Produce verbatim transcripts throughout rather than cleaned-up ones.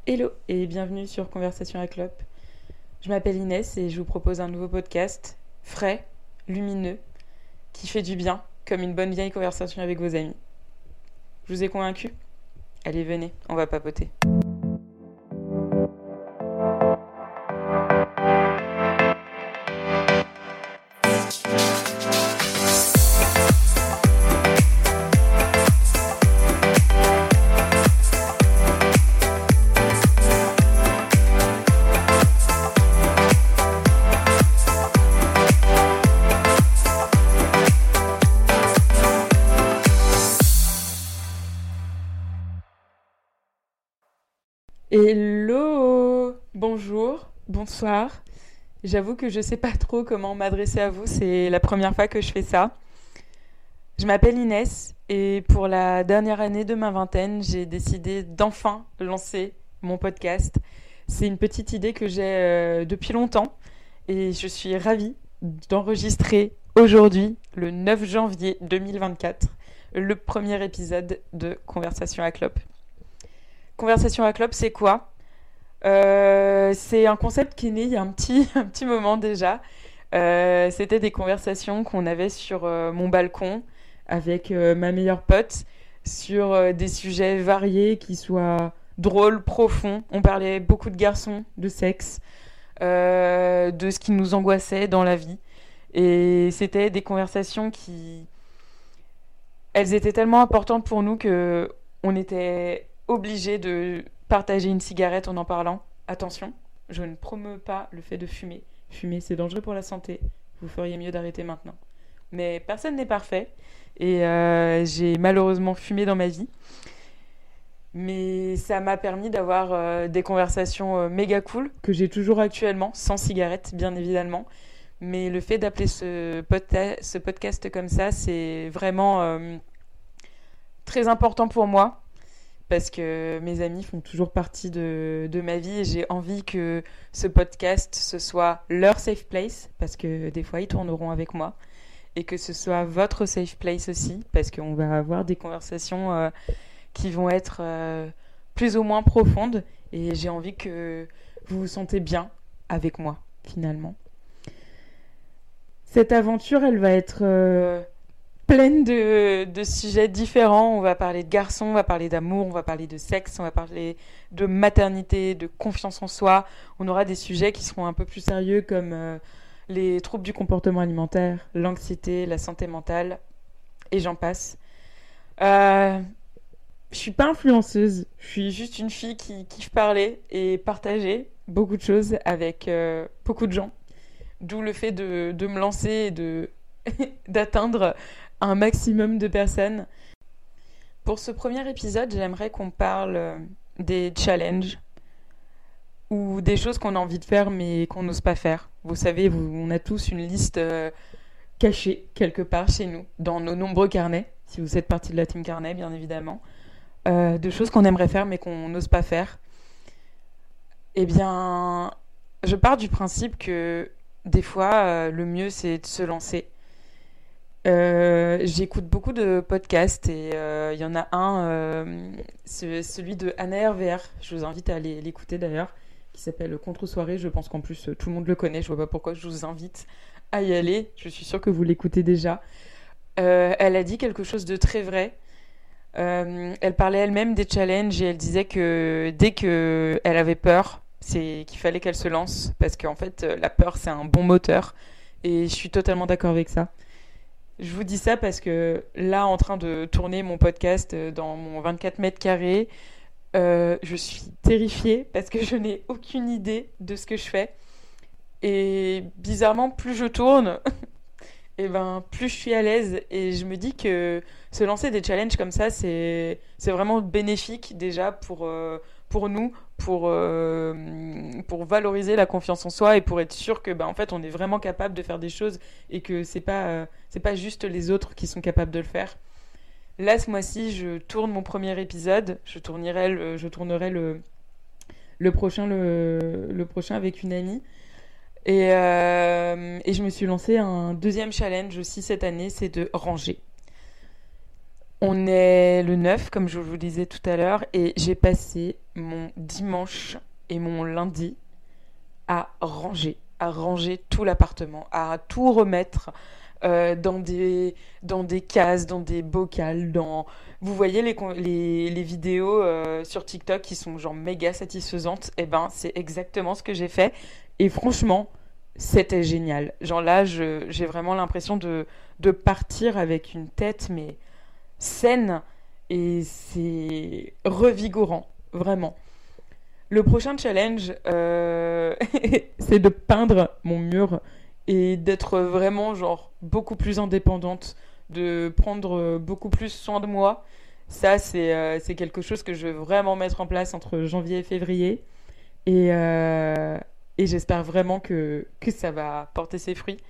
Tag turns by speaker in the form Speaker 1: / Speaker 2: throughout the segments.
Speaker 1: Hello et bienvenue sur Conversation à Clope. Je m'appelle Inès et je vous propose un nouveau podcast frais, lumineux, qui fait du bien, comme une bonne vieille conversation avec vos amis. Je vous ai convaincu ? Allez, venez, on va papoter. Hello, bonjour, bonsoir. J'avoue que je sais pas trop comment m'adresser à vous, c'est la première fois que je fais ça. Je m'appelle Inès et pour la dernière année de ma vingtaine, j'ai décidé d'enfin lancer mon podcast. C'est une petite idée que j'ai euh, depuis longtemps et je suis ravie d'enregistrer aujourd'hui, le neuf janvier deux mille vingt-quatre, le premier épisode de Conversation à Clope. Conversation à Clope, c'est quoi ? Euh, C'est un concept qui est né il y a un petit, un petit moment déjà. Euh, c'était des conversations qu'on avait sur euh, mon balcon avec euh, ma meilleure pote sur euh, des sujets variés qui soient drôles, profonds. On parlait beaucoup de garçons, de sexe, euh, de ce qui nous angoissait dans la vie. Et c'était des conversations qui... Elles étaient tellement importantes pour nous que on était obligé de partager une cigarette en en parlant. Attention, je ne promeus pas le fait de fumer. Fumer, c'est dangereux pour la santé. Vous feriez mieux d'arrêter maintenant. Mais personne n'est parfait. Et euh, j'ai malheureusement fumé dans ma vie. Mais ça m'a permis d'avoir euh, des conversations euh, méga cool, que j'ai toujours actuellement, sans cigarette, bien évidemment. Mais le fait d'appeler ce, podca- ce podcast comme ça, c'est vraiment euh, très important pour moi. Parce que mes amis font toujours partie de, de ma vie et j'ai envie que ce podcast, ce soit leur safe place, parce que des fois, ils tourneront avec moi, et que ce soit votre safe place aussi, parce qu'on va avoir des conversations euh, qui vont être euh, plus ou moins profondes, et j'ai envie que vous vous sentez bien avec moi, finalement. Cette aventure, elle va être... Euh, pleine de, de sujets différents. On va parler de garçons, on va parler d'amour, on va parler de sexe, on va parler de maternité, de confiance en soi. On aura des sujets qui seront un peu plus sérieux comme euh, les troubles du comportement alimentaire, l'anxiété, la santé mentale, et j'en passe. Euh, je suis pas influenceuse, je suis juste une fille qui kiffe parler et partager beaucoup de choses avec euh, beaucoup de gens. D'où le fait de, de me lancer et de, d'atteindre un maximum de personnes. Pour ce premier épisode, j'aimerais qu'on parle des challenges ou des choses qu'on a envie de faire mais qu'on n'ose pas faire. Vous savez, vous, on a tous une liste euh, cachée quelque part chez nous, dans nos nombreux carnets, si vous êtes partie de la team carnet, bien évidemment, euh, de choses qu'on aimerait faire mais qu'on n'ose pas faire. Eh bien, je pars du principe que des fois, euh, le mieux, c'est de se lancer. Euh, j'écoute beaucoup de podcasts et il euh, y en a un, euh, c'est celui de Anna R V R, je vous invite à aller l'écouter d'ailleurs, qui s'appelle Contre-soirée. Je pense qu'en plus tout le monde le connaît, je vois pas pourquoi je vous invite à y aller, je suis sûre que vous l'écoutez déjà. Euh, elle a dit quelque chose de très vrai. Euh, elle parlait elle-même des challenges et elle disait que dès qu'elle avait peur, c'est qu'il fallait qu'elle se lance, parce qu'en fait la peur c'est un bon moteur et je suis totalement d'accord avec ça. Je vous dis ça parce que là, en train de tourner mon podcast dans mon vingt-quatre mètres carrés, euh, je suis terrifiée parce que je n'ai aucune idée de ce que je fais. Et bizarrement, plus je tourne, et ben, plus je suis à l'aise. Et je me dis que se lancer des challenges comme ça, c'est, c'est vraiment bénéfique déjà pour, euh, pour nous, pour, euh, pour valoriser la confiance en soi et pour être sûr que ben, en fait, on est vraiment capable de faire des choses et que c'est pas, euh, c'est pas juste les autres qui sont capables de le faire. Là, ce mois-ci, je tourne mon premier épisode. Je tournerai le, je tournerai le, le, prochain, le, le prochain avec une amie. Et, euh, et je me suis lancé un deuxième challenge aussi cette année, c'est de ranger. On est le neuf, comme je vous le disais tout à l'heure, et j'ai passé mon dimanche et mon lundi à ranger, à ranger tout l'appartement, à tout remettre euh, dans des, dans des cases, dans des bocals, dans... Vous voyez les, con- les, les vidéos euh, sur TikTok qui sont genre méga satisfaisantes. Eh ben, c'est exactement ce que j'ai fait. Et franchement, c'était génial. Genre là, je, j'ai vraiment l'impression de, de partir avec une tête, mais saine. Et c'est revigorant, vraiment. Le prochain challenge, euh, c'est de peindre mon mur et d'être vraiment genre beaucoup plus indépendante, de prendre beaucoup plus soin de moi. Ça, c'est euh, c'est quelque chose que je veux vraiment mettre en place entre janvier et février. Et, euh, et j'espère vraiment que, que ça va porter ses fruits.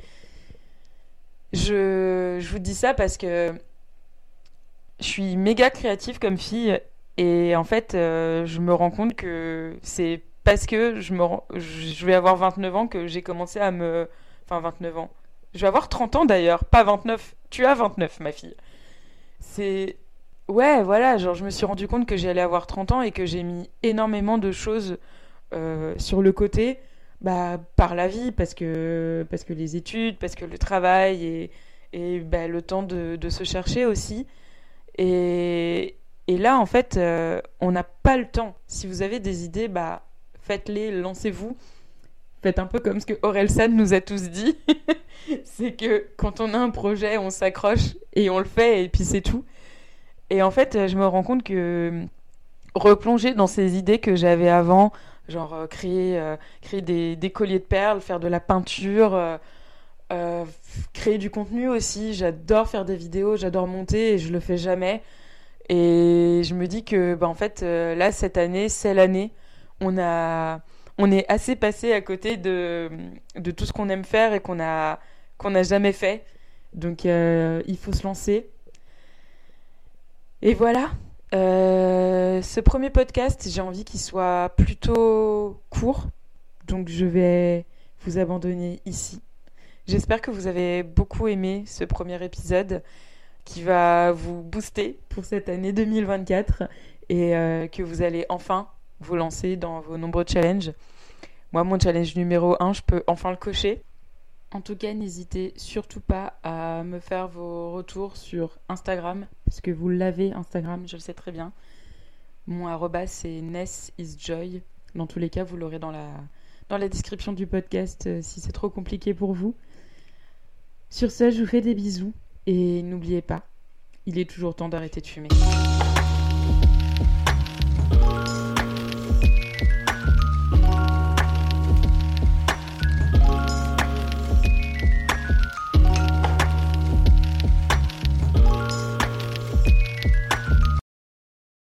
Speaker 1: Je, je vous dis ça parce que je suis méga créative comme fille et en fait, euh, je me rends compte que c'est parce que je me rends- je vais avoir vingt-neuf ans que j'ai commencé à me... Enfin, vingt-neuf ans. Je vais avoir trente ans d'ailleurs, pas vingt-neuf. Tu as vingt-neuf, ma fille. C'est... Ouais, voilà, genre je me suis rendu compte que j'allais avoir trente ans et que j'ai mis énormément de choses euh, sur le côté bah, par la vie, parce que, parce que les études, parce que le travail et, et bah, le temps de, de se chercher aussi. Et, et là, en fait, euh, on n'a pas le temps. Si vous avez des idées, bah, faites-les, lancez-vous. Faites un peu comme ce que Orelsan nous a tous dit. C'est que quand on a un projet, on s'accroche et on le fait et puis c'est tout. Et en fait, je me rends compte que replonger dans ces idées que j'avais avant, genre euh, créer, euh, créer des, des colliers de perles, faire de la peinture, euh, euh, créer du contenu aussi. J'adore faire des vidéos, j'adore monter et je le fais jamais. Et je me dis que, bah, en fait, euh, là, cette année, c'est l'année. On a, on est assez passé à côté de, de tout ce qu'on aime faire et qu'on a, qu'on n'a jamais fait. Donc, euh, il faut se lancer. Et voilà. Euh, ce premier podcast, j'ai envie qu'il soit plutôt court. Donc, je vais vous abandonner ici. J'espère que vous avez beaucoup aimé ce premier épisode qui va vous booster pour cette année deux mille vingt-quatre et euh, que vous allez enfin vous lancer dans vos nombreux challenges. Moi, mon challenge numéro un, je peux enfin le cocher. En tout cas, n'hésitez surtout pas à me faire vos retours sur Instagram, parce que vous l'avez, Instagram, je le sais très bien. Mon arroba, c'est nessisjoy. Dans tous les cas, vous l'aurez dans la, dans la description du podcast euh, si c'est trop compliqué pour vous. Sur ce, je vous fais des bisous et n'oubliez pas, il est toujours temps d'arrêter de fumer.